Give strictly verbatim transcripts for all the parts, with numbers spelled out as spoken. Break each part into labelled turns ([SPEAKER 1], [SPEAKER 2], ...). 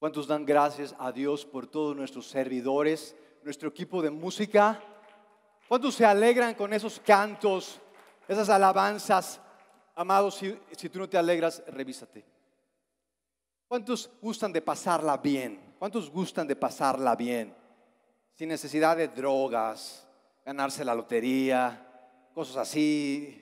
[SPEAKER 1] ¿Cuántos dan gracias a Dios por todos nuestros servidores, nuestro equipo de música? ¿Cuántos se alegran con esos cantos, esas alabanzas? Amados, si, si tú no te alegras, revísate. ¿Cuántos gustan de pasarla bien? ¿Cuántos gustan de pasarla bien? Sin necesidad de drogas, ganarse la lotería, cosas así.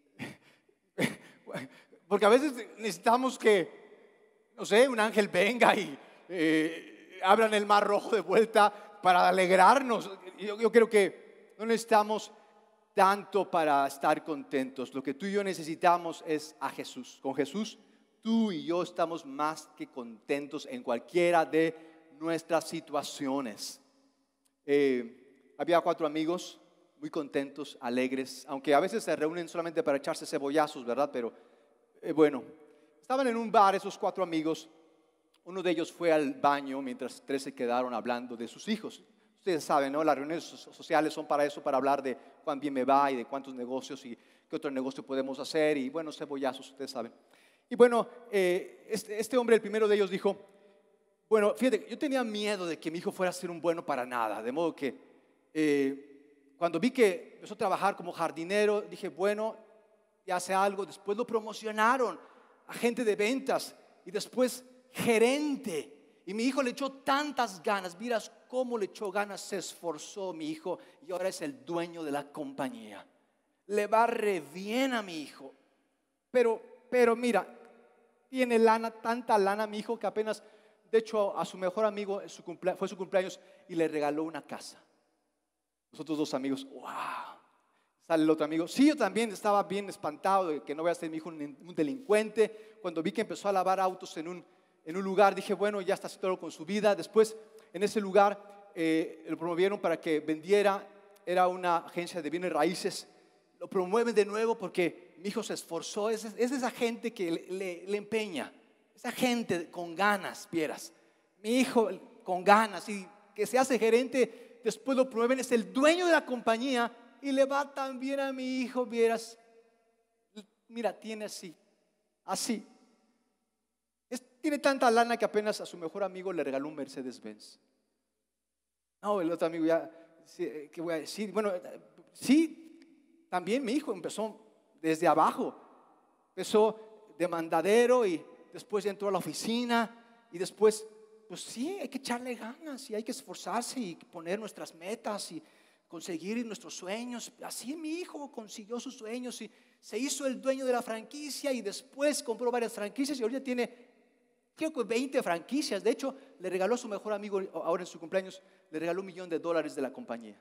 [SPEAKER 1] Porque a veces necesitamos que, no sé, un ángel venga y eh, abran el mar rojo de vuelta para alegrarnos. Yo, yo creo que no necesitamos tanto para estar contentos. Lo que tú y yo necesitamos es a Jesús. Con Jesús, tú y yo estamos más que contentos en cualquiera de nuestras situaciones. Eh, había cuatro amigos muy contentos, alegres, aunque a veces se reúnen solamente para echarse cebollazos, ¿verdad? Pero eh, bueno, estaban en un bar esos cuatro amigos. Uno de ellos fue al baño mientras tres se quedaron hablando de sus hijos. Ustedes saben, ¿no? Las reuniones sociales son para eso, para hablar de cuán bien me va y de cuántos negocios y qué otro negocio podemos hacer y bueno, cebollazos, ustedes saben. Y bueno, eh, este, este hombre, el primero de ellos, dijo: bueno, fíjate, yo tenía miedo de que mi hijo fuera a ser un bueno para nada, de modo que eh, cuando vi que empezó a trabajar como jardinero, dije, bueno, ya hace algo. Después lo promocionaron a agente de ventas y después gerente. Y mi hijo le echó tantas ganas, miras cómo le echó ganas, se esforzó mi hijo y ahora es el dueño de la compañía. Le va re bien a mi hijo. Pero, pero mira, tiene lana, tanta lana mi hijo que apenas, de hecho a su mejor amigo su cumplea, fue su cumpleaños y le regaló una casa. Los otros dos amigos, wow. Sale el otro amigo, sí, yo también estaba bien espantado de que no vaya a ser mi hijo un, un delincuente. Cuando vi que empezó a lavar autos en un, en un lugar, dije, bueno, ya está haciendo algo con su vida. Después, en ese lugar, eh, lo promovieron para que vendiera. Era una agencia de bienes raíces. Lo promueven de nuevo porque mi hijo se esforzó. Es, es esa gente que le, le, le empeña, esa gente con ganas, vieras. Mi hijo con ganas y que se hace gerente, después lo promueven, es el dueño de la compañía. Y le va tan bien a mi hijo, vieras. Mira, tiene así, así. Es, tiene tanta lana que apenas a su mejor amigo le regaló un Mercedes-Benz. No, el otro amigo ya, ¿qué voy a decir? Bueno, sí, también mi hijo empezó desde abajo. Empezó de mandadero y después entró a la oficina y después, pues sí, hay que echarle ganas y hay que esforzarse y poner nuestras metas y conseguir nuestros sueños. Así mi hijo consiguió sus sueños y se hizo el dueño de la franquicia y después compró varias franquicias y ahorita tiene, creo que veinte franquicias. De hecho, le regaló a su mejor amigo, ahora en su cumpleaños, le regaló un millón de dólares de la compañía.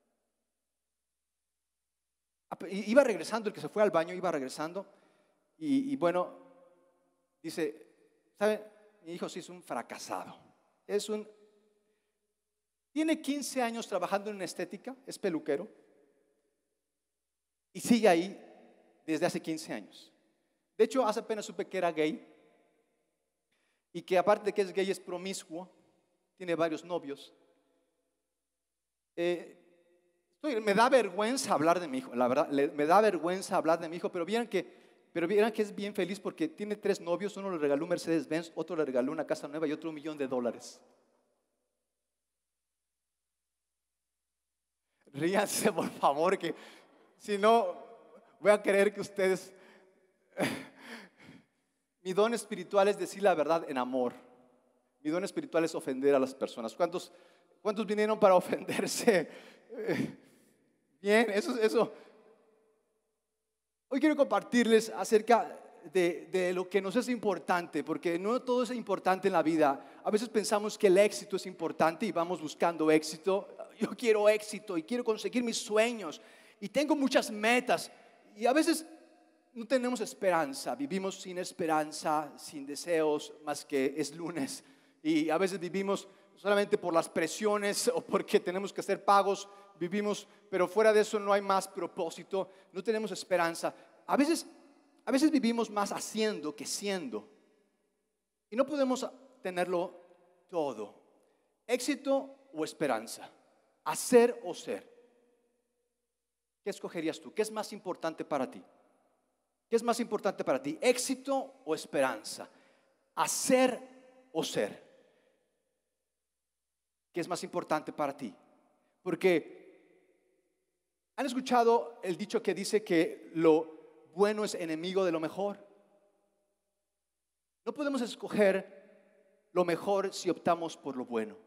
[SPEAKER 1] Iba regresando, el que se fue al baño iba regresando y, y bueno, dice, ¿sabe? Mi hijo sí es un fracasado. Es un Tiene quince años trabajando en estética, es peluquero y sigue ahí desde hace quince años. De hecho, hace apenas supe que era gay y que aparte de que es gay es promiscuo, tiene varios novios. Eh, estoy, me da vergüenza hablar de mi hijo, la verdad, le, me da vergüenza hablar de mi hijo, pero vieran que, pero vieran que es bien feliz porque tiene tres novios, uno le regaló un Mercedes-Benz, otro le regaló una casa nueva y otro un millón de dólares. Ríanse, por favor, que si no voy a creer que ustedes. Mi don espiritual es decir la verdad en amor. Mi don espiritual es ofender a las personas. ¿Cuántos, cuántos vinieron para ofenderse? Bien, eso, eso. Hoy quiero compartirles acerca de, de lo que nos es importante, porque no todo es importante en la vida. A veces pensamos que el éxito es importante y vamos buscando éxito. Yo quiero éxito y quiero conseguir mis sueños y tengo muchas metas y a veces no tenemos esperanza, vivimos sin esperanza, sin deseos, más que es lunes, y a veces vivimos solamente por las presiones o porque tenemos que hacer pagos, vivimos, pero fuera de eso no hay más propósito, no tenemos esperanza. A veces, a veces vivimos más haciendo que siendo y no podemos tenerlo todo, éxito o esperanza. Hacer o ser. ¿Qué escogerías tú? ¿Qué es más importante para ti? ¿Qué es más importante para ti? ¿Éxito o esperanza? Hacer o ser. ¿Qué es más importante para ti? Porque ¿han escuchado el dicho que dice que lo bueno es enemigo de lo mejor? No podemos escoger lo mejor si optamos por lo bueno.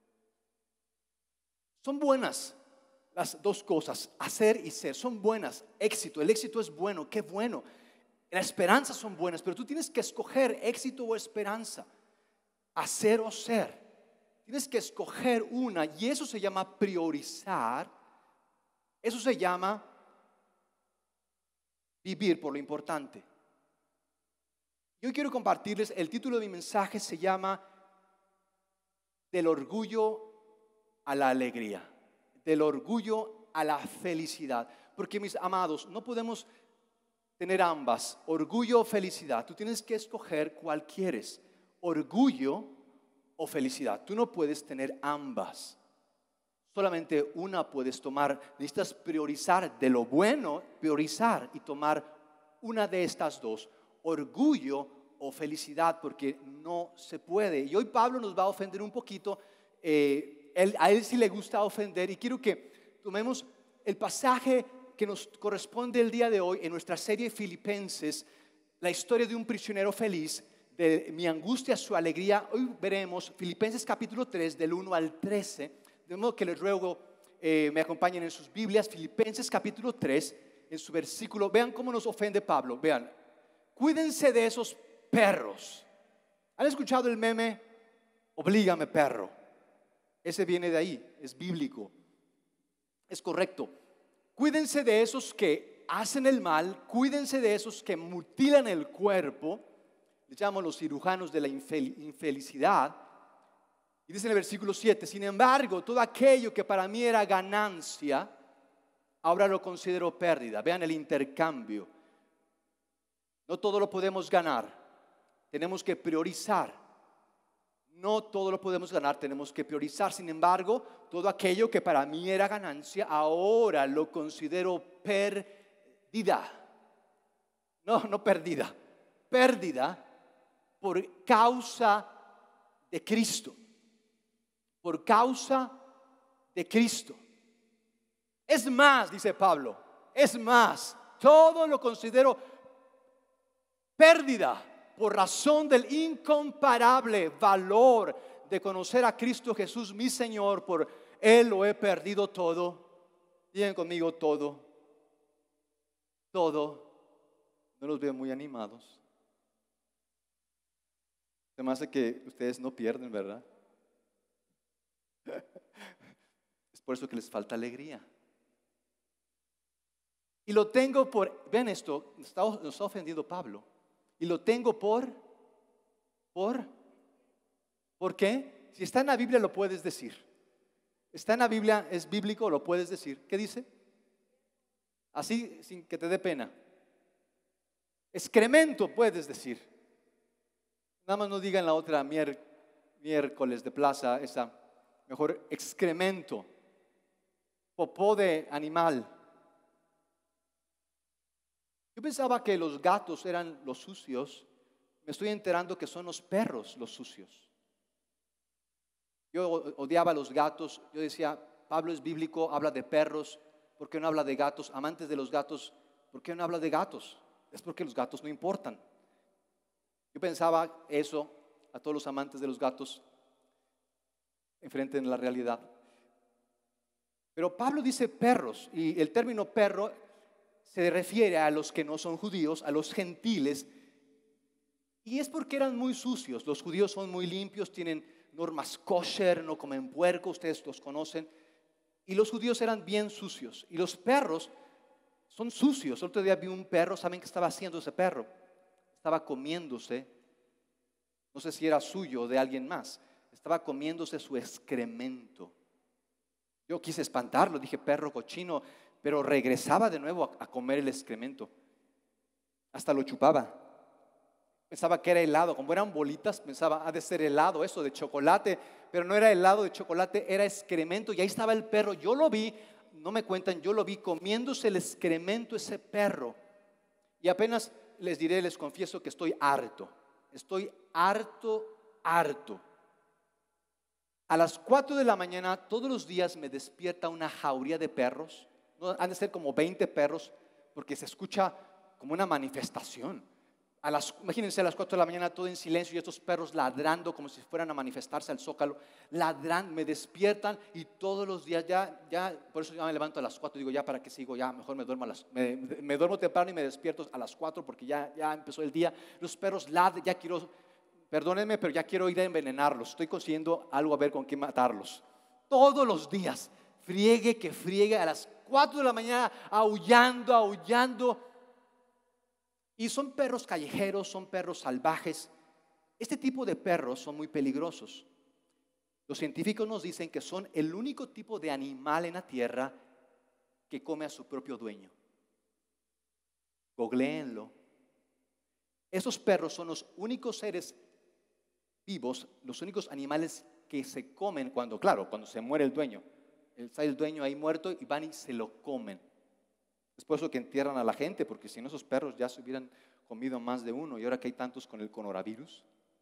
[SPEAKER 1] Son buenas las dos cosas, hacer y ser, son buenas. Éxito, el éxito es bueno, qué bueno. La esperanza son buenas, pero tú tienes que escoger éxito o esperanza, hacer o ser. Tienes que escoger una, y eso se llama priorizar. Eso se llama vivir por lo importante. Yo quiero compartirles, el título de mi mensaje se llama Del orgullo a la alegría, del orgullo a la felicidad. Porque, mis amados, no podemos tener ambas, orgullo o felicidad. Tú tienes que escoger cuál quieres, orgullo o felicidad. Tú no puedes tener ambas, solamente una puedes tomar. Necesitas priorizar de lo bueno, priorizar y tomar una de estas dos, orgullo o felicidad, porque no se puede. Y hoy Pablo nos va a ofender un poquito. eh, él, a él sí le gusta ofender, y quiero que tomemos el pasaje que nos corresponde el día de hoy en nuestra serie Filipenses, la historia de un prisionero feliz, de mi angustia a su alegría. Hoy veremos Filipenses capítulo tres del uno al trece, de modo que les ruego eh, me acompañen en sus Biblias. Filipenses capítulo tres, en su versículo, vean cómo nos ofende Pablo. Vean, cuídense de esos perros. ¿Han escuchado el meme? Oblígame, perro. Ese viene de ahí, es bíblico, es correcto. Cuídense de esos que hacen el mal, cuídense de esos que mutilan el cuerpo. Les llamo los cirujanos de la infelicidad. Y dice en el versículo siete: sin embargo, todo aquello que para mí era ganancia, ahora lo considero pérdida. Vean el intercambio. No todo lo podemos ganar, tenemos que priorizar. No todo lo podemos ganar, tenemos que priorizar. Sin embargo, todo aquello que para mí era ganancia, ahora lo considero pérdida. No, no perdida, pérdida por causa de Cristo. Por causa de Cristo. Es más, dice Pablo, es más, todo lo considero pérdida por razón del incomparable valor de conocer a Cristo Jesús, mi Señor. Por Él lo he perdido todo. Digan conmigo, todo. Todo. No los veo muy animados. Se me hace que ustedes no pierden, ¿verdad? Es por eso que les falta alegría. Y lo tengo por, ven esto, nos está, nos está ofendiendo Pablo. Y lo tengo por, por, ¿por qué? Si está en la Biblia lo puedes decir. Está en la Biblia, es bíblico, lo puedes decir. ¿Qué dice? Así, sin que te dé pena. Excremento puedes decir. Nada más no digan la otra mier, miércoles de plaza, esa. Mejor excremento. Popó de animal. Yo pensaba que los gatos eran los sucios. Me estoy enterando que son los perros los sucios. Yo odiaba a los gatos. Yo decía, Pablo es bíblico, habla de perros. ¿Por qué no habla de gatos? Amantes de los gatos, ¿por qué no habla de gatos? Es porque los gatos no importan. Yo pensaba eso, a todos los amantes de los gatos enfrenten la realidad. Pero Pablo dice perros, y el término perro se refiere a los que no son judíos, a los gentiles. Y es porque eran muy sucios. Los judíos son muy limpios, tienen normas kosher, no comen puerco, ustedes los conocen. Y los judíos eran bien sucios. Y los perros son sucios. El otro día vi un perro, ¿saben qué estaba haciendo ese perro? Estaba comiéndose, no sé si era suyo o de alguien más, estaba comiéndose su excremento. Yo quise espantarlo, dije perro cochino, pero regresaba de nuevo a, a comer el excremento. Hasta lo chupaba. Pensaba que era helado, como eran bolitas, pensaba, ha de ser helado, eso de chocolate, pero no era helado de chocolate, era excremento. Y ahí estaba el perro, yo lo vi, no me cuentan, yo lo vi comiéndose el excremento ese perro. Y apenas les diré, les confieso que estoy harto, estoy harto, harto. A las cuatro de la mañana todos los días me despierta una jauría de perros. No, han de ser como veinte perros, porque se escucha como una manifestación. A las, imagínense a las cuatro de la mañana todo en silencio y estos perros ladrando como si fueran a manifestarse al zócalo. Ladran, me despiertan y todos los días ya, ya, por eso yo me levanto a las cuatro. Digo, ya para qué sigo, ya mejor me duermo, a las, me, me duermo temprano y me despierto a las cuatro porque ya, ya empezó el día. Los perros ladran, ya quiero, perdónenme, pero ya quiero ir a envenenarlos. Estoy consiguiendo algo a ver con qué matarlos. Todos los días, friegue que friegue, a las cuatro de la mañana, aullando, aullando. Y son perros callejeros, son perros salvajes. Este tipo de perros son muy peligrosos. Los científicos nos dicen que son el único tipo de animal en la tierra que come a su propio dueño. Googleenlo. Esos perros son los únicos seres vivos, los únicos animales que se comen cuando, claro, cuando se muere el dueño. Está el dueño ahí muerto y van y se lo comen. Es por eso que entierran a la gente, porque si no esos perros ya se hubieran comido más de uno. Y ahora que hay tantos con el coronavirus,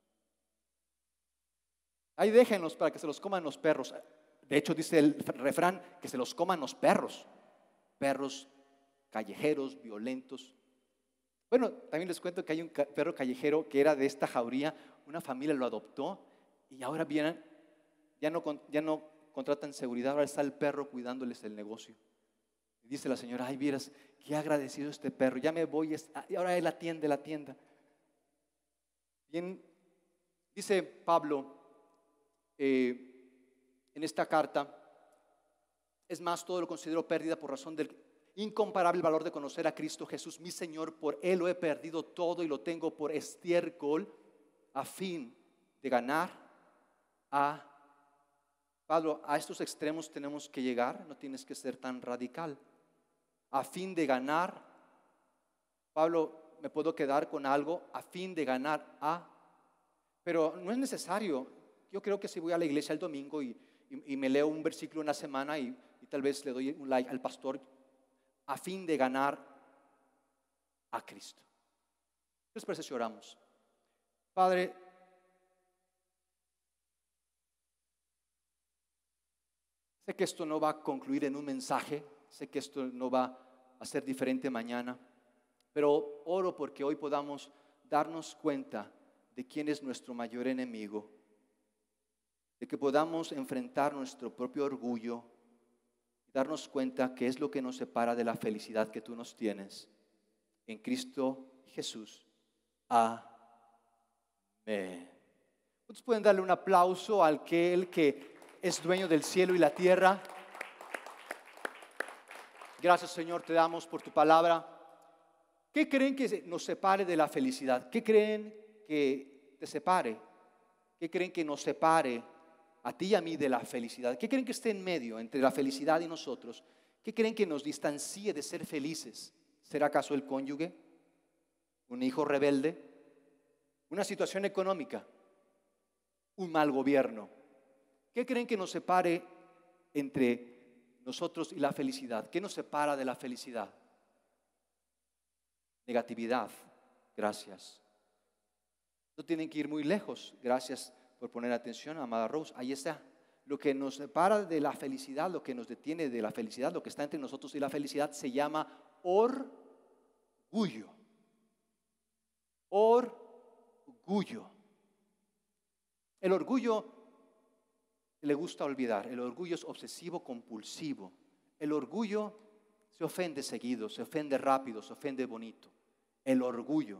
[SPEAKER 1] ahí déjenlos para que se los coman los perros. De hecho dice el refrán que se los coman los perros. Perros callejeros, violentos. Bueno, también les cuento que hay un perro callejero que era de esta jauría. Una familia lo adoptó y ahora vienen, ya no, ya no contratan seguridad, ahora está el perro cuidándoles el negocio. Y dice la señora, ay, vieras, qué agradecido este perro, ya me voy, y ahora él atiende la tienda. Bien, dice Pablo eh, en esta carta, es más, todo lo considero pérdida por razón del incomparable valor de conocer a Cristo Jesús, mi Señor. Por Él lo he perdido todo y lo tengo por estiércol, a fin de ganar a Pablo. A estos extremos tenemos que llegar, no tienes que ser tan radical. A fin de ganar, Pablo, me puedo quedar con algo a fin de ganar a, pero no es necesario. Yo creo que si voy a la iglesia el domingo y, y, y me leo un versículo una semana y, y tal vez le doy un like al pastor a fin de ganar a Cristo. ¿Qué les parece si oramos? Padre, sé que esto no va a concluir en un mensaje, sé que esto no va a ser diferente mañana, pero oro porque hoy podamos darnos cuenta de quién es nuestro mayor enemigo, de que podamos enfrentar nuestro propio orgullo y darnos cuenta que es lo que nos separa de la felicidad que tú nos tienes en Cristo Jesús. Amén. Ustedes pueden darle un aplauso al aquel que es dueño del cielo y la tierra. Gracias, Señor, te damos por tu palabra. ¿Qué creen que nos separe de la felicidad? ¿Qué creen que te separe? ¿Qué creen que nos separe a ti y a mí de la felicidad? ¿Qué creen que esté en medio entre la felicidad y nosotros? ¿Qué creen que nos distancie de ser felices? ¿Será acaso el cónyuge? ¿Un hijo rebelde? ¿Una situación económica? ¿Un mal gobierno? ¿Qué creen que nos separe entre nosotros y la felicidad? ¿Qué nos separa de la felicidad? Negatividad. Gracias. No tienen que ir muy lejos. Gracias por poner atención, amada Rose. Ahí está. Lo que nos separa de la felicidad, lo que nos detiene de la felicidad, lo que está entre nosotros y la felicidad se llama orgullo. Orgullo. El orgullo le gusta olvidar. El orgullo es obsesivo compulsivo. El orgullo se ofende seguido, se ofende rápido, se ofende bonito. El orgullo.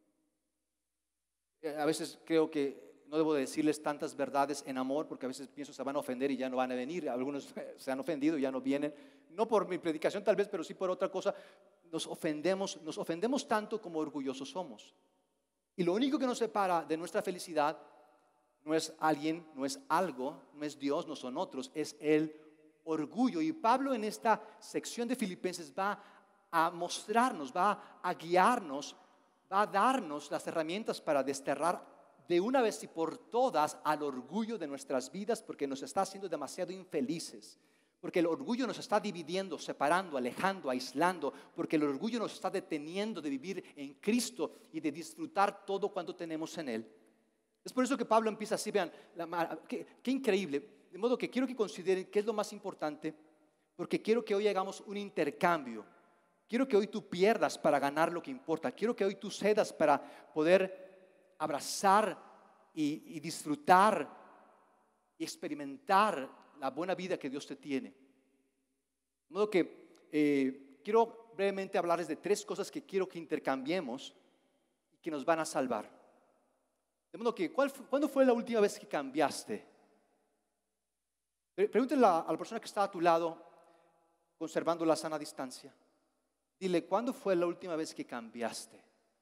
[SPEAKER 1] A veces creo que no debo decirles tantas verdades en amor, porque a veces pienso se van a ofender y ya no van a venir. Algunos se han ofendido y ya no vienen. No por mi predicación tal vez, pero sí por otra cosa. Nos ofendemos, nos ofendemos tanto como orgullosos somos. Y lo único que nos separa de nuestra felicidad no es alguien, no es algo, no es Dios, no son otros, es el orgullo. Y Pablo en esta sección de Filipenses va a mostrarnos, va a guiarnos, va a darnos las herramientas para desterrar de una vez y por todas al orgullo de nuestras vidas, porque nos está haciendo demasiado infelices. Porque el orgullo nos está dividiendo, separando, alejando, aislando. Porque el orgullo nos está deteniendo de vivir en Cristo y de disfrutar todo cuanto tenemos en Él. Es por eso que Pablo empieza así, vean, la, qué, qué increíble. De modo que quiero que consideren qué es lo más importante, porque quiero que hoy hagamos un intercambio. Quiero que hoy tú pierdas para ganar lo que importa. Quiero que hoy tú cedas para poder abrazar y, y disfrutar y experimentar la buena vida que Dios te tiene. De modo que eh, quiero brevemente hablarles de tres cosas que quiero que intercambiemos y que nos van a salvar. De modo que, ¿cuál, ¿cuándo fue la última vez que cambiaste? Pregúntale a la persona que está a tu lado, conservando la sana distancia. Dile, ¿cuándo fue la última vez que cambiaste?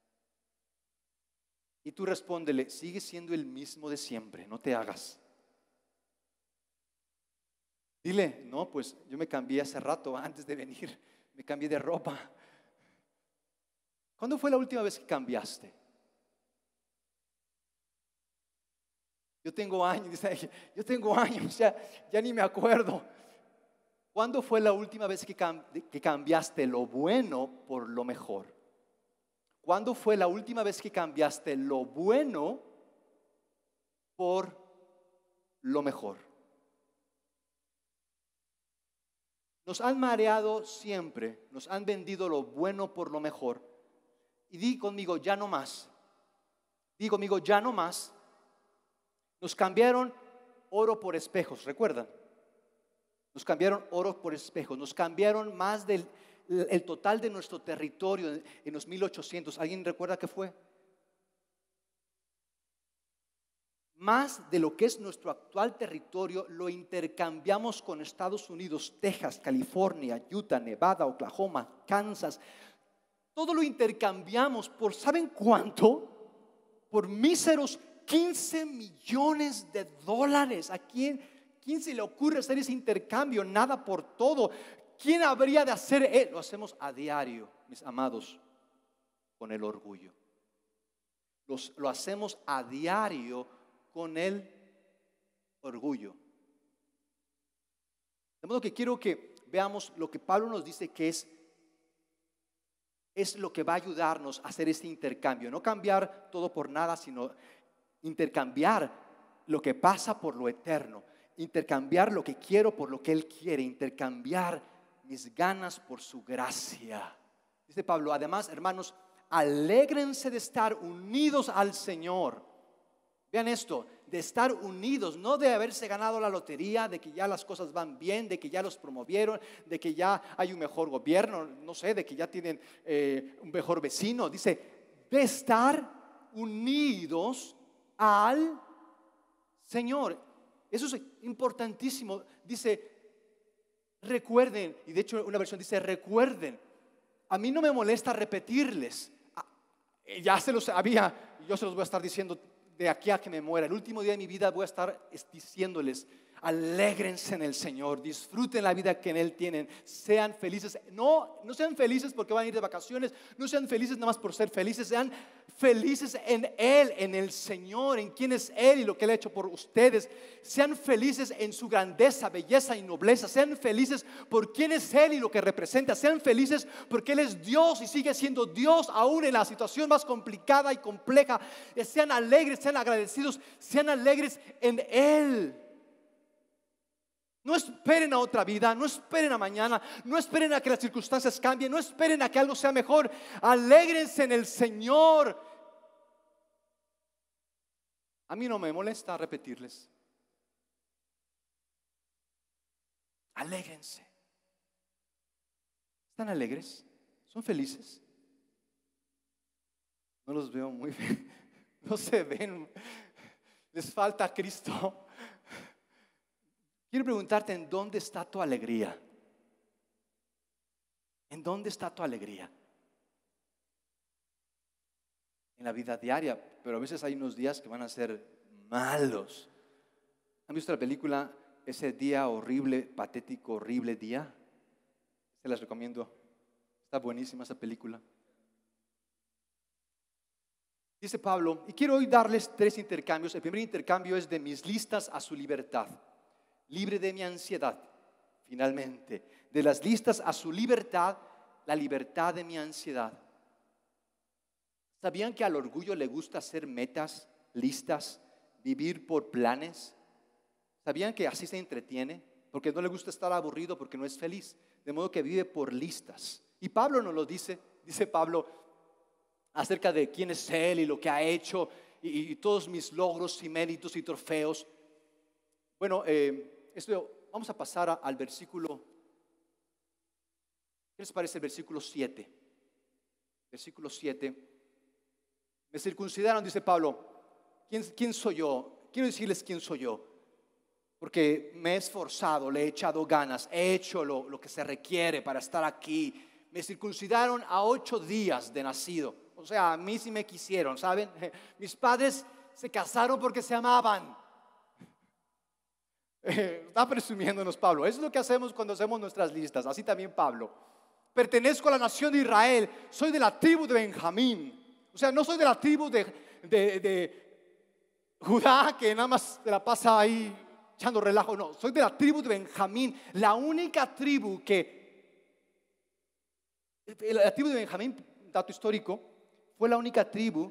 [SPEAKER 1] Y tú respóndele, sigue siendo el mismo de siempre, no te hagas. Dile, no, pues yo me cambié hace rato antes de venir, me cambié de ropa. ¿Cuándo fue la última vez que cambiaste? Yo tengo años, dice, yo tengo años, ya, ya ni me acuerdo. ¿Cuándo fue la última vez que, cam- que cambiaste lo bueno por lo mejor? ¿Cuándo fue la última vez que cambiaste lo bueno por lo mejor? Nos han mareado siempre, nos han vendido lo bueno por lo mejor. Y di conmigo, ya no más. Di conmigo, ya no más. Nos cambiaron oro por espejos, ¿recuerdan? Nos cambiaron oro por espejos, nos cambiaron más del el total de nuestro territorio en, en los mil ochocientos. ¿Alguien recuerda qué fue? Más de lo que es nuestro actual territorio lo intercambiamos con Estados Unidos, Texas, California, Utah, Nevada, Oklahoma, Kansas. Todo lo intercambiamos por, ¿saben cuánto? Por míseros quince millones de dólares. ¿A quién, quién se le ocurre hacer ese intercambio? Nada por todo. ¿Quién habría de hacer eso? Lo hacemos a diario, mis amados, con el orgullo. Los, lo hacemos a diario con el orgullo. De modo que quiero que veamos lo que Pablo nos dice que es es lo que va a ayudarnos a hacer este intercambio. No cambiar todo por nada, sino intercambiar lo que pasa por lo eterno. Intercambiar lo que quiero por lo que Él quiere. Intercambiar mis ganas por su gracia. Dice Pablo, además, hermanos, alégrense de estar unidos al Señor. Vean esto, de estar unidos, no de haberse ganado la lotería, de que ya las cosas van bien, de que ya los promovieron, de que ya hay un mejor gobierno, no sé, de que ya tienen eh, un mejor vecino. Dice, de estar unidos al Señor. Eso es importantísimo. Dice, recuerden, y de hecho una versión dice, recuerden. A mí no me molesta repetirles, ya se los sabía, yo se los voy a estar diciendo de aquí a que me muera. El último día de mi vida voy a estar diciéndoles, alégrense en el Señor, disfruten la vida que en Él tienen, sean felices. No, no sean felices porque van a ir de vacaciones, no sean felices nada más por ser felices, sean felices en Él, en el Señor, en quién es Él y lo que Él ha hecho por ustedes. Sean felices en su grandeza, belleza y nobleza. Sean felices por quién es Él y lo que representa. Sean felices porque Él es Dios y sigue siendo Dios aún en la situación más complicada y compleja. Sean alegres, sean agradecidos, sean alegres en Él. No esperen a otra vida, no esperen a mañana, no esperen a que las circunstancias cambien, no esperen a que algo sea mejor. Alégrense en el Señor. A mí no me molesta repetirles. Alégrense. ¿Están alegres? ¿Son felices? No los veo muy bien. No se ven. Les falta Cristo. Quiero preguntarte, ¿en dónde está tu alegría? ¿En dónde está tu alegría? En la vida diaria, pero a veces hay unos días que van a ser malos. ¿Han visto la película Ese día horrible, patético, horrible día? Se las recomiendo. Está buenísima esa película. Dice Pablo, y quiero hoy darles tres intercambios. El primer intercambio es de mis listas a su libertad. Libre de mi ansiedad, finalmente. De las listas a su libertad, la libertad de mi ansiedad. ¿Sabían que al orgullo le gusta hacer metas, listas, vivir por planes? ¿Sabían que así se entretiene? Porque no le gusta estar aburrido, porque no es feliz. De modo que vive por listas. Y Pablo nos lo dice, dice Pablo acerca de quién es él y lo que ha hecho y, y todos mis logros y méritos y trofeos. Bueno, eh, esto, vamos a pasar a, al versículo, ¿qué les parece el versículo siete? Versículo siete. Me circuncidaron, dice Pablo. ¿Quién, quién soy yo? Quiero decirles quién soy yo. Porque me he esforzado, le he echado ganas, he hecho lo, lo que se requiere para estar aquí. Me circuncidaron a ocho días de nacido. O sea, a mí sí me quisieron, ¿saben? Mis padres se casaron porque se amaban. Está presumiéndonos Pablo. Eso es lo que hacemos cuando hacemos nuestras listas. Así también Pablo. Pertenezco a la nación de Israel. Soy de la tribu de Benjamín. O sea, no soy de la tribu de, de, de Judá, que nada más se la pasa ahí echando relajo. No, soy de la tribu de Benjamín. La única tribu que La tribu de Benjamín, dato histórico, fue la única tribu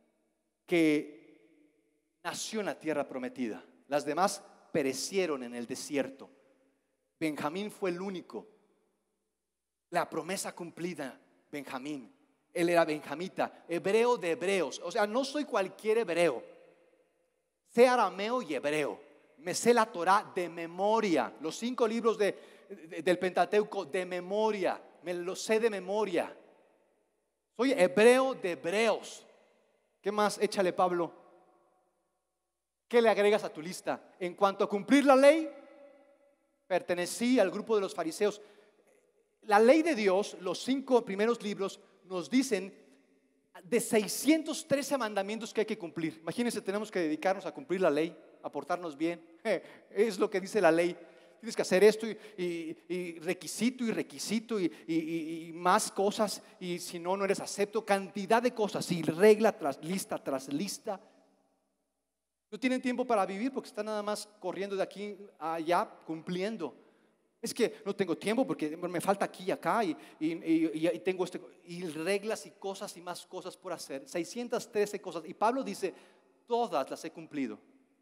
[SPEAKER 1] que nació en la tierra prometida. Las demás perecieron en el desierto. Benjamín fue el único. La promesa cumplida, Benjamín. Él era benjamita, hebreo de hebreos. O sea, no soy cualquier hebreo. Sé arameo y hebreo. Me sé la Torá de memoria. Los cinco libros de, de, del Pentateuco de memoria. Me lo sé de memoria. Soy hebreo de hebreos. ¿Qué más? Échale, Pablo. ¿Qué le agregas a tu lista? En cuanto a cumplir la ley, pertenecí al grupo de los fariseos. La ley de Dios, los cinco primeros libros, nos dicen de seiscientos trece mandamientos que hay que cumplir. Imagínense, tenemos que dedicarnos a cumplir la ley, a portarnos bien. Es lo que dice la ley. Tienes que hacer esto y, y, y requisito y requisito y, y, y más cosas, y si no, no eres acepto. Cantidad de cosas, y regla tras lista tras lista. No tienen tiempo para vivir porque están nada más corriendo de aquí a allá, cumpliendo. Es que no tengo tiempo porque me falta aquí y acá y, y, y, y tengo este, y reglas y cosas y más cosas por hacer. seiscientas trece cosas. Y Pablo dice, todas las he cumplido.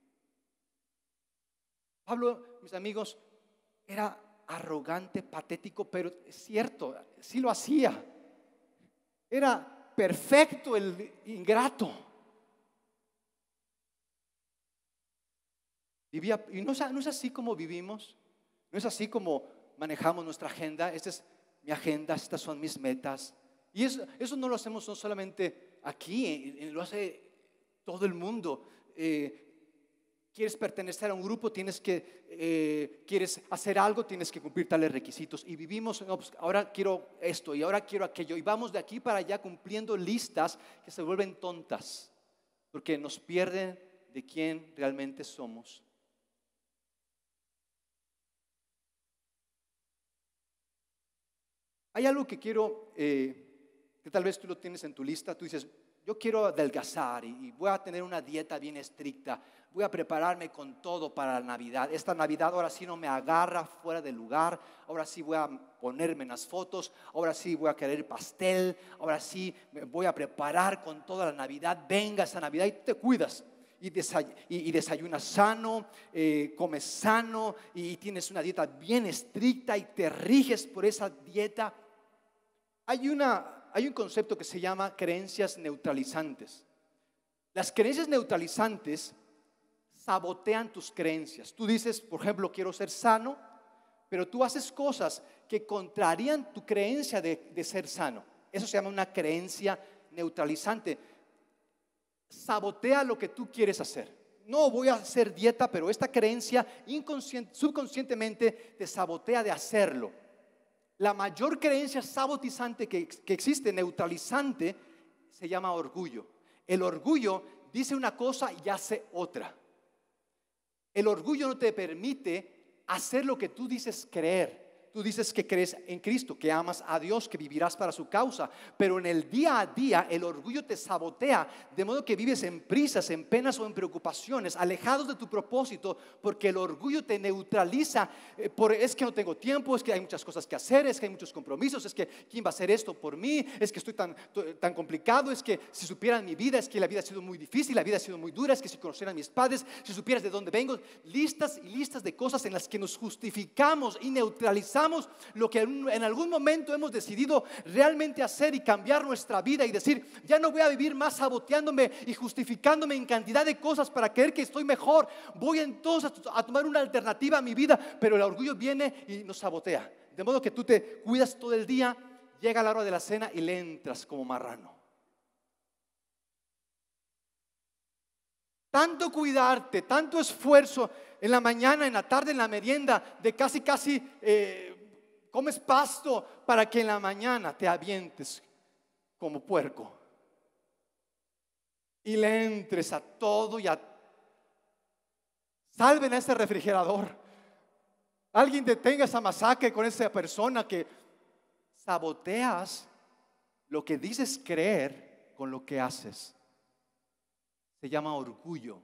[SPEAKER 1] Pablo, mis amigos, era arrogante, patético, pero es cierto, sí lo hacía. Era perfecto el ingrato. Vivía, y no es, no es así como vivimos, no es así como manejamos nuestra agenda. Esta es mi agenda, estas son mis metas. Y eso, eso no lo hacemos no solamente aquí, lo hace todo el mundo. Eh, Quieres pertenecer a un grupo, tienes que, eh, quieres hacer algo, tienes que cumplir tales requisitos. Y vivimos, no, pues ahora quiero esto y ahora quiero aquello. Y vamos de aquí para allá cumpliendo listas que se vuelven tontas, porque nos pierden de quién realmente somos. Hay algo que quiero, eh, que tal vez tú lo tienes en tu lista. Tú dices, yo quiero adelgazar y, y voy a tener una dieta bien estricta. Voy a prepararme con todo para la Navidad. Esta Navidad ahora sí no me agarra fuera del lugar. Ahora sí voy a ponerme en las fotos. Ahora sí voy a querer pastel. Ahora sí me voy a preparar con toda la Navidad. Venga esa Navidad y te cuidas. Y, desay y, y desayunas sano, eh, comes sano y tienes una dieta bien estricta y te riges por esa dieta. Hay, una, hay un concepto que se llama creencias neutralizantes. Las creencias neutralizantes sabotean tus creencias. Tú dices, por ejemplo, quiero ser sano, pero tú haces cosas que contrarían tu creencia de, de ser sano. Eso se llama una creencia neutralizante. Sabotea lo que tú quieres hacer. No voy a hacer dieta, pero esta creencia inconsciente, subconscientemente te sabotea de hacerlo. La mayor creencia sabotizante que, que existe, neutralizante, se llama orgullo. El orgullo dice una cosa y hace otra. El orgullo no te permite hacer lo que tú dices creer. tú dices que crees en Cristo, que amas a Dios, que vivirás para su causa, pero en el día a día el orgullo te sabotea, de modo que vives en prisas, en penas o en preocupaciones, alejados de tu propósito, porque el orgullo te neutraliza. eh, por, es que no tengo tiempo, es que hay muchas cosas que hacer, es que hay muchos compromisos, es que ¿quién va a hacer esto por mí? Es que estoy tan, tan complicado, es que si supieran mi vida, es que la vida ha sido muy difícil, la vida ha sido muy dura, es que si conocieran a mis padres, si supieras de dónde vengo, listas y listas de cosas en las que nos justificamos y neutralizamos lo que en algún momento hemos decidido realmente hacer y cambiar nuestra vida y decir, ya no voy a vivir más saboteándome y justificándome en cantidad de cosas para creer que estoy mejor. Voy entonces a tomar una alternativa a mi vida, pero el orgullo viene y nos sabotea, de modo que tú te cuidas todo el día, llega la hora de la cena y le entras como marrano. Tanto cuidarte, tanto esfuerzo en la mañana, en la tarde, en la merienda, de casi casi eh, comes pasto para que en la mañana te avientes como puerco y le entres a todo y a... Salven a ese refrigerador. Alguien detenga esa masacre con esa persona que saboteas lo que dices creer con lo que haces. Se llama orgullo.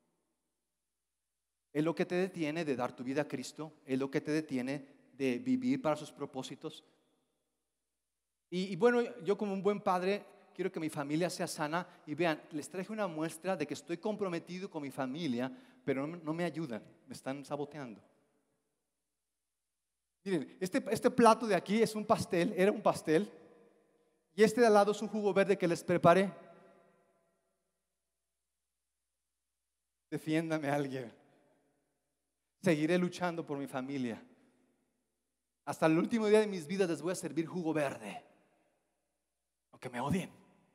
[SPEAKER 1] Es lo que te detiene de dar tu vida a Cristo, es lo que te detiene de vivir para sus propósitos. Y, y bueno, yo como un buen padre quiero que mi familia sea sana. Y vean, les traje una muestra de que estoy comprometido con mi familia, pero no, no me ayudan, me están saboteando. Miren, este, este plato de aquí es un pastel, era un pastel, y este de al lado es un jugo verde que les preparé. Defiéndame a alguien. Seguiré luchando por mi familia. Hasta el último día de mis vidas les voy a servir jugo verde, aunque me odien.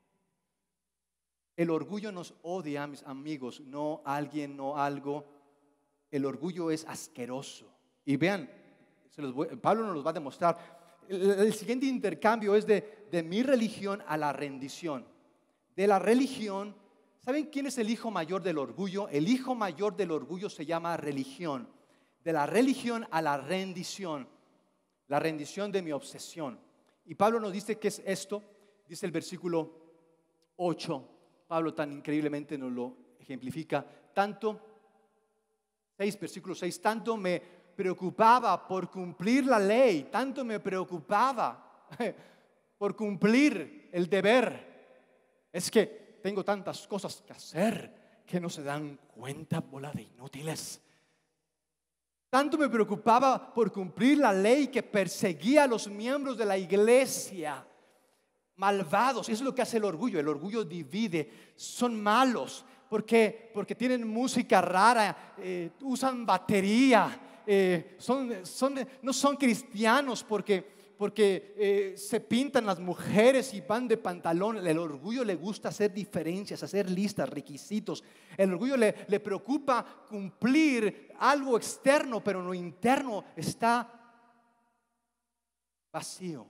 [SPEAKER 1] El orgullo nos odia, mis amigos, no alguien, no algo. El orgullo es asqueroso. Y vean, se los voy, Pablo nos los va a demostrar. El, el siguiente intercambio es de, de mi religión a la rendición. De la religión, ¿saben quién es el hijo mayor del orgullo? El hijo mayor del orgullo se llama religión. De la religión a la rendición. La rendición de mi obsesión. Y Pablo nos dice que es esto. Dice el versículo ocho. Pablo tan increíblemente nos lo ejemplifica. Tanto, seis, versículo seis, tanto me preocupaba por cumplir la ley, tanto me preocupaba por cumplir el deber. Es que tengo tantas cosas que hacer que no se dan cuenta, bola de inútiles. Tanto me preocupaba por cumplir la ley que perseguía a los miembros de la iglesia. Malvados, eso es lo que hace el orgullo. El orgullo divide, son malos porque, porque tienen música rara, eh, usan batería, eh, son, son, no son cristianos porque, porque eh, se pintan las mujeres y van de pantalón. El orgullo le gusta hacer diferencias, hacer listas, requisitos. El orgullo le, le preocupa cumplir algo externo, pero lo interno está vacío.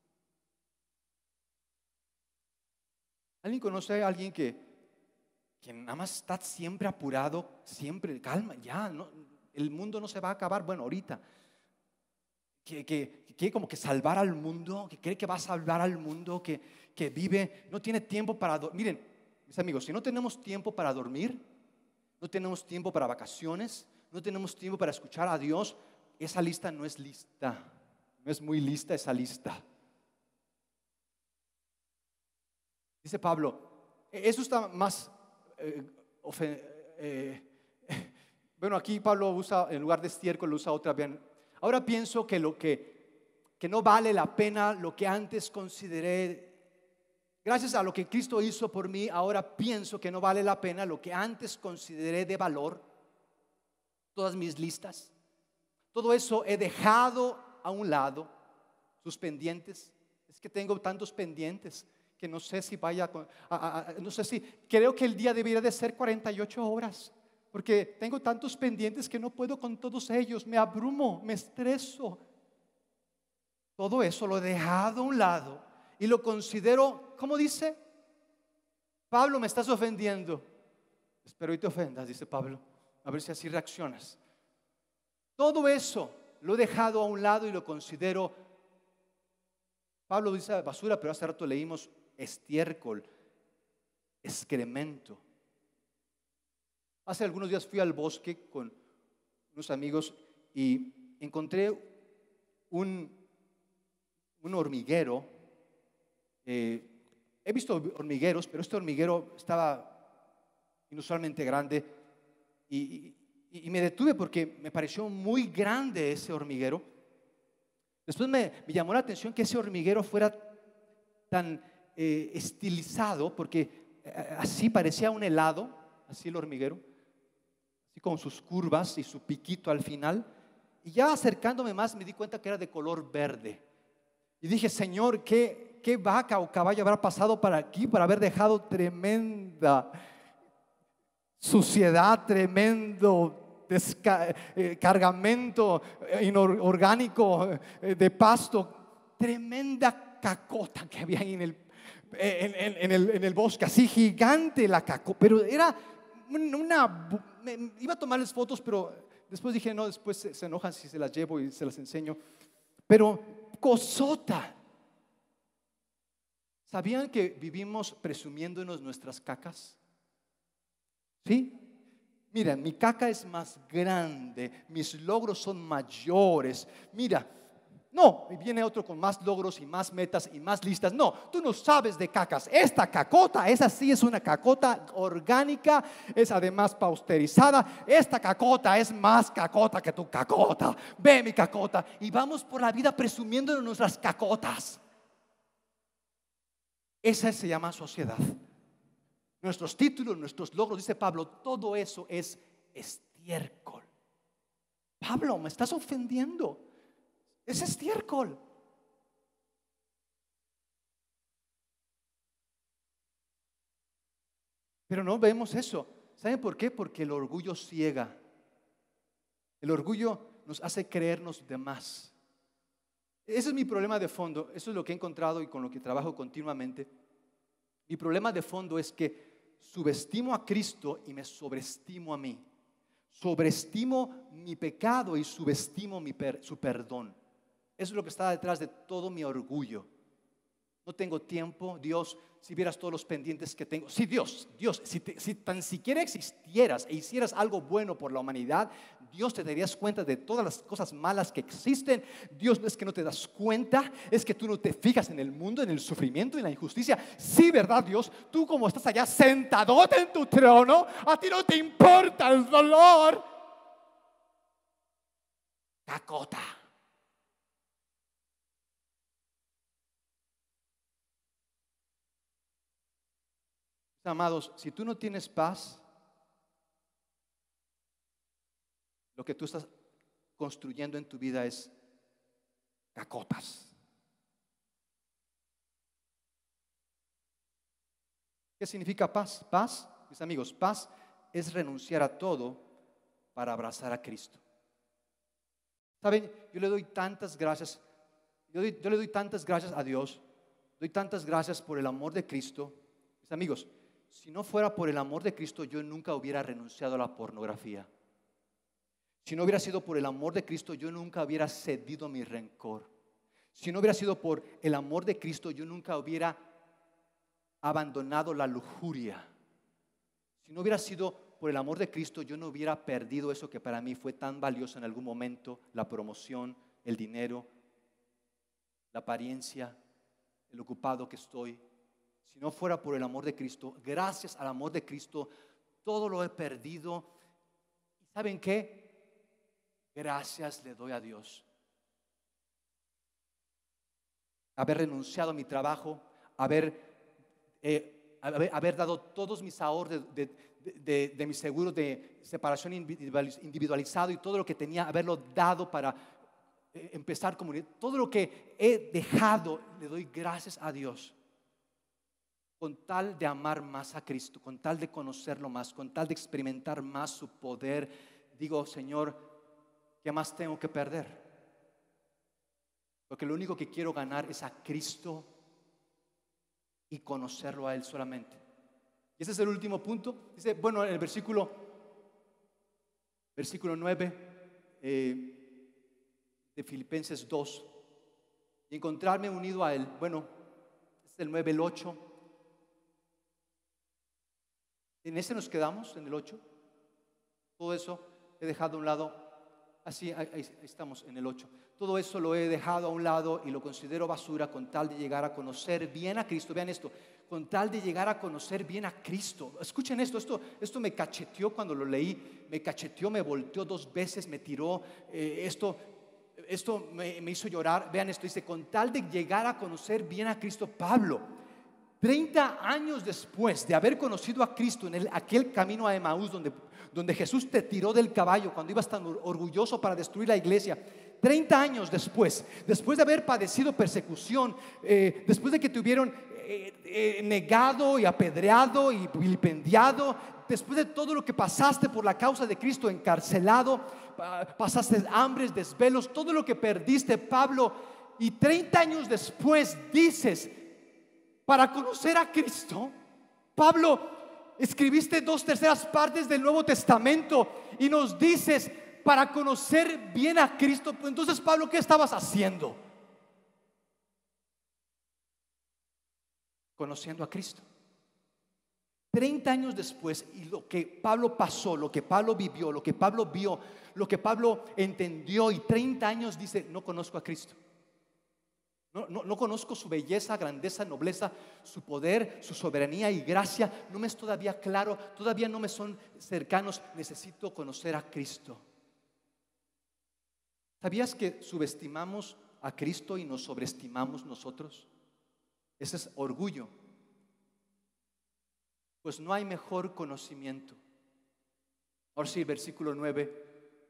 [SPEAKER 1] ¿Alguien conoce a alguien que, que nada más está siempre apurado, siempre, calma, ya, no, el mundo no se va a acabar? Bueno, ahorita, que, que, que quiere como que salvar al mundo, que cree que va a salvar al mundo, que, que vive, no tiene tiempo para dormir. Miren, mis amigos, si no tenemos tiempo para dormir, no tenemos tiempo para vacaciones, no tenemos tiempo para escuchar a Dios, esa lista no es lista, no es muy lista esa lista. Dice Pablo, eso está más eh, ofen, eh, eh, bueno, aquí Pablo usa, en lugar de estiércol, usa otra. Bien, ahora pienso que lo que, que no vale la pena lo que antes consideré. Gracias a lo que Cristo hizo por mí, ahora pienso que no vale la pena lo que antes consideré de valor. Todas mis listas, todo eso he dejado a un lado. Sus pendientes, es que tengo tantos pendientes que no sé si vaya a, a, a, no sé si, creo que el día debería de ser cuarenta y ocho horas, porque tengo tantos pendientes que no puedo con todos ellos, me abrumo, me estreso. Todo eso lo he dejado a un lado y lo considero, ¿cómo dice? Pablo, me estás ofendiendo. Espero y te ofendas, dice Pablo, a ver si así reaccionas. Todo eso lo he dejado a un lado y lo considero, Pablo dice basura, pero hace rato leímos estiércol, excremento. Hace algunos días fui al bosque con unos amigos y encontré un, un hormiguero. Eh, he visto hormigueros, pero este hormiguero estaba inusualmente grande y, y, y me detuve porque me pareció muy grande ese hormiguero. Después me, me llamó la atención que ese hormiguero fuera tan eh, estilizado, porque eh, así parecía un helado, así el hormiguero, así con sus curvas y su piquito al final. Y ya acercándome más me di cuenta que era de color verde. Y dije, Señor, ¿qué, qué vaca o caballo habrá pasado para aquí para haber dejado tremenda suciedad, tremendo desca- eh, cargamento inorgánico eh, de pasto, tremenda cacota que había ahí en el, en, en- en el, en el bosque, así gigante la cacota, pero era una, me- iba a tomarles fotos, pero después dije, no, después se, se enojan si se las llevo y se las enseño, pero cosota. ¿Sabían que vivimos presumiéndonos nuestras cacas? ¿Sí? Mira, mi caca es más grande, mis logros son mayores. Mira, no, y viene otro con más logros y más metas y más listas. No, tú no sabes de cacas. Esta cacota, esa sí es una cacota orgánica, es además pausterizada. Esta cacota es más cacota que tu cacota. Ve mi cacota. Y vamos por la vida presumiendo de nuestras cacotas. Esa se llama sociedad. Nuestros títulos, nuestros logros, dice Pablo, todo eso es estiércol. Pablo, me estás ofendiendo. Es estiércol. Pero no vemos eso. ¿Saben por qué? Porque el orgullo ciega. El orgullo nos hace creernos de más. Ese es mi problema de fondo. Eso es lo que he encontrado y con lo que trabajo continuamente. Mi problema de fondo es que subestimo a Cristo y me sobreestimo a mí. Sobreestimo mi pecado y subestimo mi per, su perdón. Eso es lo que está detrás de todo mi orgullo. No tengo tiempo, Dios, si vieras todos los pendientes que tengo. Sí, Dios, Dios, si, te, si tan siquiera existieras e hicieras algo bueno por la humanidad, Dios, te darías cuenta de todas las cosas malas que existen. Dios, no es que no te das cuenta, es que tú no te fijas en el mundo, en el sufrimiento, en la injusticia. Sí, ¿verdad, Dios? Tú, como estás allá sentadote en tu trono, a ti no te importa el dolor. Cacota. Amados, si tú no tienes paz, lo que tú estás construyendo en tu vida es cacotas. ¿Qué significa paz? Paz, mis amigos, paz es renunciar a todo para abrazar a Cristo. ¿Saben? Yo le doy tantas gracias, yo, doy, yo le doy tantas gracias a Dios, doy tantas gracias por el amor de Cristo. Mis amigos, si no fuera por el amor de Cristo, yo nunca hubiera renunciado a la pornografía. Si no hubiera sido por el amor de Cristo, yo nunca hubiera cedido a mi rencor. Si no hubiera sido por el amor de Cristo, yo nunca hubiera abandonado la lujuria. Si no hubiera sido por el amor de Cristo, yo no hubiera perdido eso que para mí fue tan valioso en algún momento: la promoción, el dinero, la apariencia, el ocupado que estoy. Si no fuera por el amor de Cristo, gracias al amor de Cristo, todo lo he perdido. ¿Y saben qué? Gracias le doy a Dios. Haber renunciado a mi trabajo, haber, eh, haber, haber dado todos mis ahorros de, de, de, de mi seguro de separación individualizado y todo lo que tenía, haberlo dado para eh, empezar comunidad. Todo lo que he dejado, le doy gracias a Dios. Con tal de amar más a Cristo, con tal de conocerlo más, con tal de experimentar más su poder, digo, Señor, ¿qué más tengo que perder? Porque lo único que quiero ganar es a Cristo y conocerlo a Él solamente. Y ese es el último punto. Dice, bueno, en el versículo, versículo nueve, eh, de Filipenses dos y encontrarme unido a Él. Bueno, es el nueve, el ocho. En ese nos quedamos, en el ocho. Todo eso he dejado a un lado. Así, ahí, ahí estamos en el ocho. Todo eso lo he dejado a un lado y lo considero basura con tal de llegar a conocer bien a Cristo. Vean esto, con tal de llegar a conocer bien a Cristo. Escuchen esto, esto, esto me cacheteó cuando lo leí. Me cacheteó, me volteó dos veces, me tiró. Eh, esto esto me, me hizo llorar. Vean esto, dice, con tal de llegar a conocer bien a Cristo. Pablo, treinta años después de haber conocido a Cristo en el, aquel camino a Emaús donde, donde Jesús te tiró del caballo cuando ibas tan orgulloso para destruir la iglesia, treinta años después, después de haber padecido persecución, eh, después de que te hubieron eh, eh, negado y apedreado y vilipendiado, después de todo lo que pasaste por la causa de Cristo, encarcelado, pasaste hambres, desvelos, todo lo que perdiste, Pablo, y treinta años después dices, para conocer a Cristo, Pablo, escribiste dos terceras partes del Nuevo Testamento y nos dices, para conocer bien a Cristo. Pues entonces, Pablo, ¿qué estabas haciendo? Conociendo a Cristo. treinta años después, y lo que Pablo pasó, lo que Pablo vivió, lo que Pablo vio, lo que Pablo entendió, y treinta años dice, no conozco a Cristo. No, no, no conozco su belleza, grandeza, nobleza, su poder, su soberanía y gracia. No me es todavía claro, todavía no me son cercanos. Necesito conocer a Cristo. ¿Sabías que subestimamos a Cristo y nos sobreestimamos nosotros? Ese es orgullo. Pues no hay mejor conocimiento. Ahora sí, versículo nueve.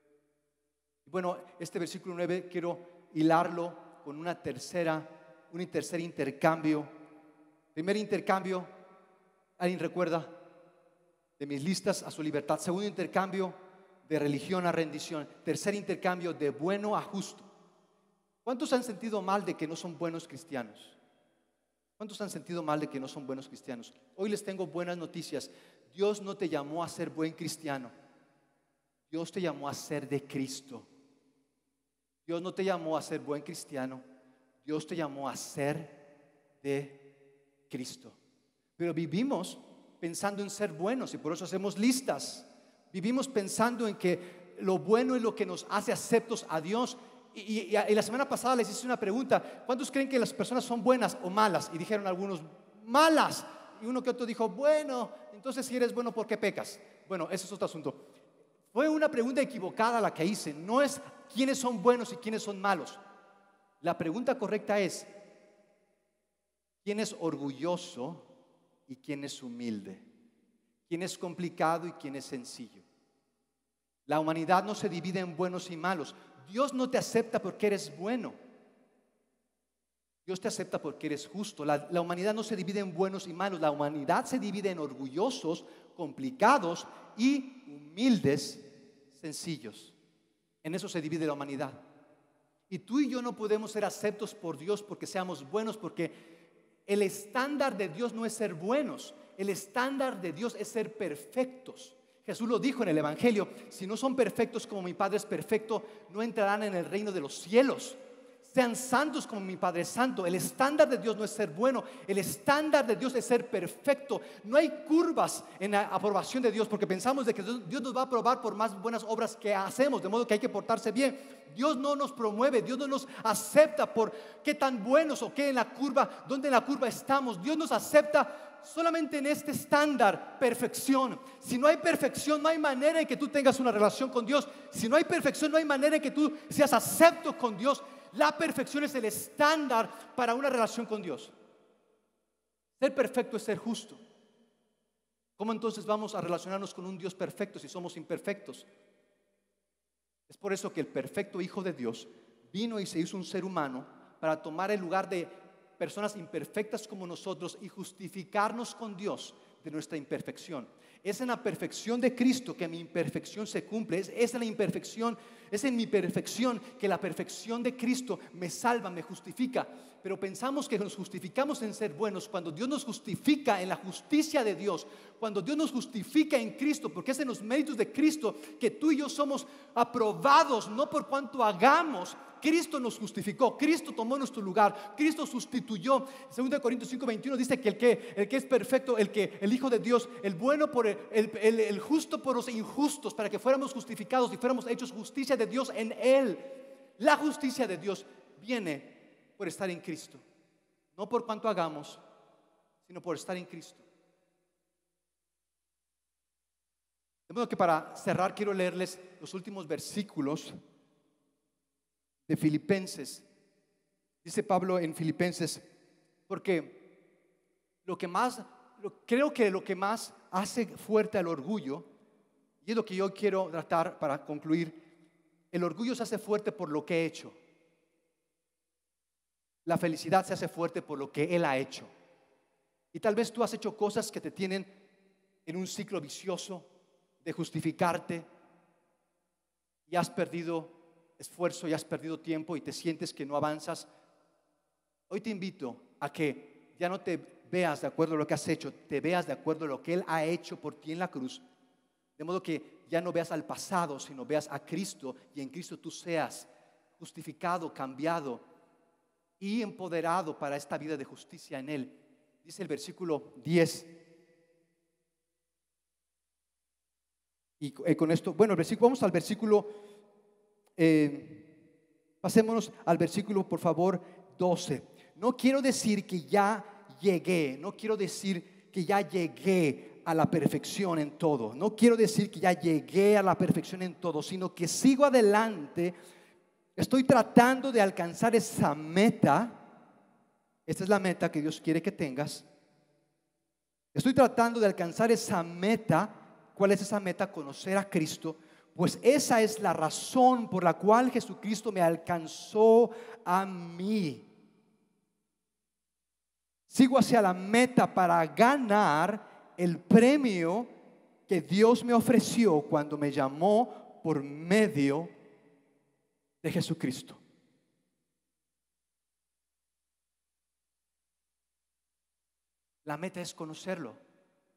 [SPEAKER 1] Bueno, este versículo nueve quiero hilarlo con una tercera, un tercer intercambio. Primer intercambio, ¿alguien recuerda? De mis listas a su libertad. Segundo intercambio, de religión a rendición. Tercer intercambio, de bueno a justo. ¿Cuántos han sentido mal de que no son buenos cristianos? ¿Cuántos han sentido mal de que no son buenos cristianos? Hoy les tengo buenas noticias. Dios no te llamó a ser buen cristiano. Dios te llamó a ser de Cristo. Dios no te llamó a ser buen cristiano. Dios te llamó a ser de Cristo. Pero vivimos pensando en ser buenos y por eso hacemos listas. Vivimos pensando en que lo bueno es lo que nos hace aceptos a Dios. Y, y, y la semana pasada les hice una pregunta: ¿cuántos creen que las personas son buenas o malas? Y dijeron algunos, malas. Y uno que otro dijo, bueno, entonces si eres bueno, ¿por qué pecas? Bueno, ese es otro asunto. Fue una pregunta equivocada la que hice. No es quiénes son buenos y quiénes son malos. La pregunta correcta es quién es orgulloso y quién es humilde, quién es complicado y quién es sencillo. La humanidad no se divide en buenos y malos. Dios no te acepta porque eres bueno. Dios te acepta porque eres justo. La, la humanidad no se divide en buenos y malos. La humanidad se divide en orgullosos, complicados y humildes, sencillos. En eso se divide la humanidad. Y tú y yo no podemos ser aceptos por Dios porque seamos buenos, porque el estándar de Dios no es ser buenos. El estándar de Dios es ser perfectos. Jesús lo dijo en el Evangelio: si no son perfectos como mi Padre es perfecto, no entrarán en el reino de los cielos. Sean santos como mi Padre es santo. El estándar de Dios no es ser bueno. El estándar de Dios es ser perfecto. No hay curvas en la aprobación de Dios, porque pensamos de que Dios nos va a aprobar por más buenas obras que hacemos, de modo que hay que portarse bien. Dios no nos promueve, Dios no nos acepta por qué tan buenos o qué en la curva, dónde en la curva estamos. Dios nos acepta solamente en este estándar, perfección. Si no hay perfección, no hay manera en que tú tengas una relación con Dios. Si no hay perfección, no hay manera en que tú seas acepto con Dios. La perfección es el estándar para una relación con Dios. Ser perfecto es ser justo. ¿Cómo entonces vamos a relacionarnos con un Dios perfecto si somos imperfectos? Es por eso que el perfecto Hijo de Dios vino y se hizo un ser humano para tomar el lugar de personas imperfectas como nosotros y justificarnos con Dios de nuestra imperfección. Es en la perfección de Cristo que mi imperfección se cumple. Es, es en la imperfección, es en mi perfección que la perfección de Cristo me salva, me justifica. Pero pensamos que nos justificamos en ser buenos, cuando Dios nos justifica en la justicia de Dios, cuando Dios nos justifica en Cristo, porque es en los méritos de Cristo que tú y yo somos aprobados, no por cuanto hagamos, Cristo nos justificó, Cristo tomó nuestro lugar, Cristo sustituyó. Segunda de Corintios cinco veintiuno dice que el, que el que es perfecto, el que el Hijo de Dios, el bueno por el, el, el, el justo por los injustos, para que fuéramos justificados y fuéramos hechos justicia de Dios en Él. La justicia de Dios viene por estar en Cristo, no por cuanto hagamos, sino por estar en Cristo. De modo que para cerrar quiero leerles los últimos versículos de Filipenses. Dice Pablo en Filipenses, porque lo que más, lo, creo que lo que más hace fuerte al orgullo, y es lo que yo quiero tratar para concluir, el orgullo se hace fuerte por lo que he hecho. La felicidad se hace fuerte por lo que Él ha hecho. Y tal vez tú has hecho cosas que te tienen en un ciclo vicioso de justificarte, y has perdido esfuerzo y has perdido tiempo y te sientes que no avanzas. Hoy te invito a que ya no te veas de acuerdo a lo que has hecho, te veas de acuerdo a lo que Él ha hecho por ti en la cruz, de modo que ya no veas al pasado, sino veas a Cristo, y en Cristo tú seas justificado, cambiado y empoderado para esta vida de justicia en Él. Dice el versículo diez. Y con esto, bueno, el versículo, vamos al versículo, eh, pasémonos al versículo, por favor, doce. No quiero decir que ya llegué, no quiero decir que ya llegué a la perfección en todo, no quiero decir que ya llegué a la perfección en todo, sino que sigo adelante, estoy tratando de alcanzar esa meta. Esta es la meta que Dios quiere que tengas. Estoy tratando de alcanzar esa meta. ¿Cuál es esa meta? Conocer a Cristo. Pues esa es la razón por la cual Jesucristo me alcanzó a mí. Sigo hacia la meta para ganar el premio que Dios me ofreció cuando me llamó por medio de Jesucristo. La meta es conocerlo.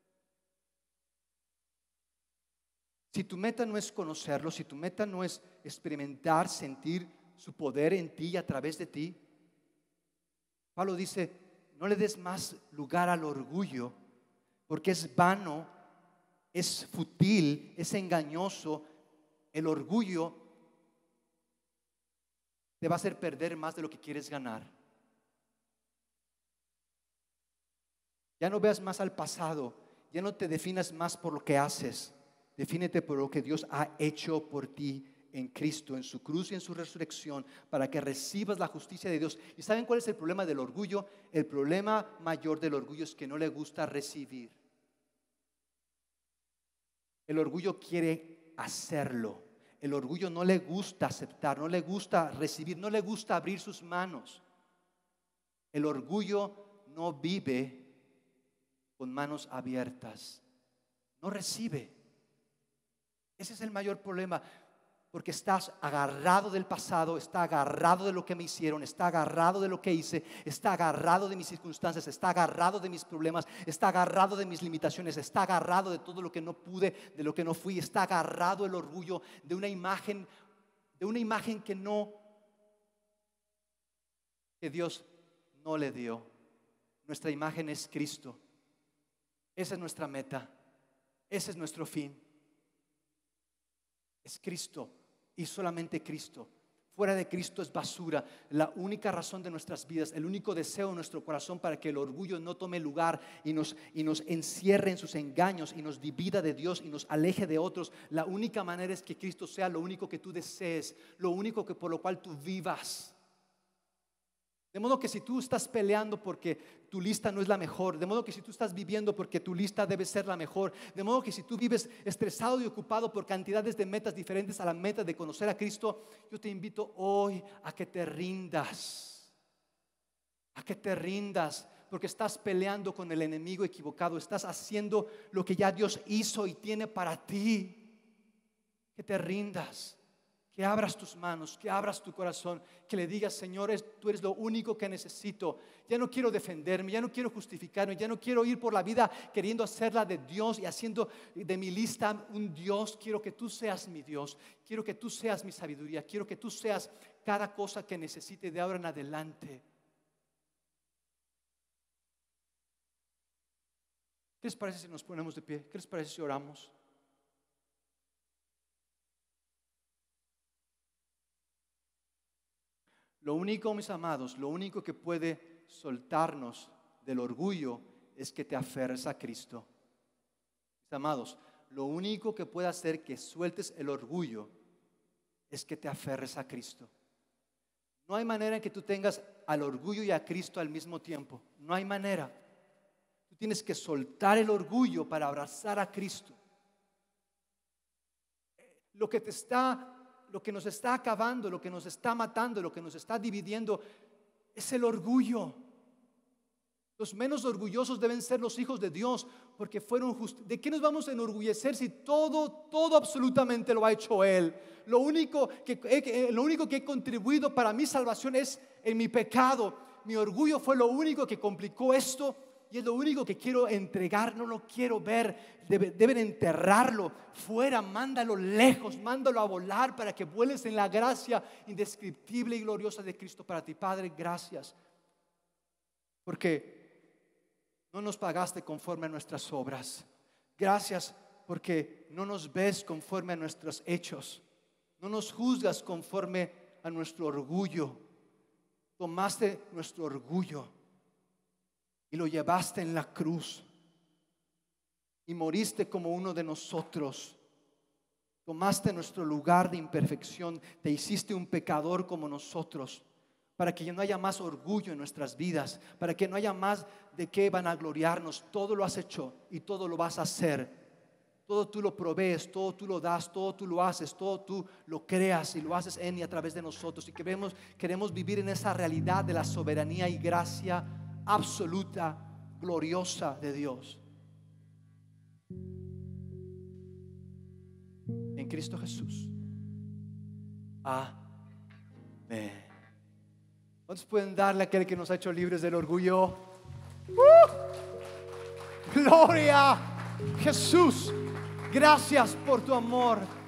[SPEAKER 1] Si tu meta no es conocerlo, si tu meta no es experimentar, sentir su poder en ti y a través de ti, Pablo dice, no le des más lugar al orgullo, porque es vano, es fútil, es engañoso. El orgullo te va a hacer perder más de lo que quieres ganar. Ya no veas más al pasado, ya no te definas más por lo que haces. Defínete por lo que Dios ha hecho por ti en Cristo, en su cruz y en su resurrección, para que recibas la justicia de Dios. ¿Y saben cuál es el problema del orgullo? El problema mayor del orgullo es que no le gusta recibir. El orgullo quiere hacerlo. El orgullo no le gusta aceptar, no le gusta recibir, no le gusta abrir sus manos. El orgullo no vive con manos abiertas, no recibe. Ese es el mayor problema, porque estás agarrado del pasado, está agarrado de lo que me hicieron, está agarrado de lo que hice, está agarrado de mis circunstancias, está agarrado de mis problemas, está agarrado de mis limitaciones, está agarrado de todo lo que no pude, de lo que no fui, está agarrado el orgullo de una imagen, de una imagen que no, que Dios no le dio. Nuestra imagen es Cristo. Esa es nuestra meta, ese es nuestro fin. Es Cristo y solamente Cristo. Fuera de Cristo es basura. La única razón de nuestras vidas, el único deseo de nuestro corazón para que el orgullo no tome lugar y nos, y nos encierre en sus engaños y nos divida de Dios y nos aleje de otros. La única manera es que Cristo sea lo único que tú desees, lo único que por lo cual tú vivas. De modo que si tú estás peleando porque tu lista no es la mejor, de modo que si tú estás viviendo porque tu lista debe ser la mejor, de modo que si tú vives estresado y ocupado por cantidades de metas diferentes a la meta de conocer a Cristo, yo te invito hoy a que te rindas, a que te rindas, porque estás peleando con el enemigo equivocado, estás haciendo lo que ya Dios hizo y tiene para ti. Que te rindas. que abras tus manos, que abras tu corazón, que le digas, Señor, tú eres lo único que necesito. Ya no quiero defenderme, ya no quiero justificarme, ya no quiero ir por la vida queriendo hacerla de Dios y haciendo de mi lista un Dios. Quiero que tú seas mi Dios, quiero que tú seas mi sabiduría, quiero que tú seas cada cosa que necesite de ahora en adelante. ¿Qué les parece si nos ponemos de pie? ¿Qué les parece si oramos? Lo único, mis amados, lo único que puede soltarnos del orgullo es que te aferres a Cristo. Mis amados, lo único que puede hacer que sueltes el orgullo es que te aferres a Cristo. No hay manera en que tú tengas al orgullo y a Cristo al mismo tiempo. No hay manera. Tú tienes que soltar el orgullo para abrazar a Cristo. Lo que te está Lo que nos está acabando, lo que nos está matando, lo que nos está dividiendo es el orgullo. Los menos orgullosos deben ser los hijos de Dios, porque fueron justos. ¿De qué nos vamos a enorgullecer si todo, todo absolutamente lo ha hecho Él? Lo único que, eh, lo único que he contribuido para mi salvación es en mi pecado. Mi orgullo fue lo único que complicó esto. Y es lo único que quiero entregar, no lo quiero ver. Debe, deben enterrarlo fuera, mándalo lejos, mándalo a volar para que vueles en la gracia indescriptible y gloriosa de Cristo para ti. Padre, gracias, porque no nos pagaste conforme a nuestras obras. Gracias porque no nos ves conforme a nuestros hechos. No nos juzgas conforme a nuestro orgullo. Tomaste nuestro orgullo y lo llevaste en la cruz y moriste como uno de nosotros. Tomaste nuestro lugar de imperfección, te hiciste un pecador como nosotros, para que no haya más orgullo en nuestras vidas, para que no haya más de qué vanagloriarnos. Todo lo has hecho y todo lo vas a hacer. Todo tú lo provees, todo tú lo das, todo tú lo haces, todo tú lo creas y lo haces en y a través de nosotros. Y queremos, queremos vivir en esa realidad de la soberanía y gracia absoluta, gloriosa de Dios. En Cristo Jesús. Amén. ¿Cuántos pueden darle a aquel que nos ha hecho libres del orgullo? ¡Uh! Gloria, Jesús. Gracias por tu amor.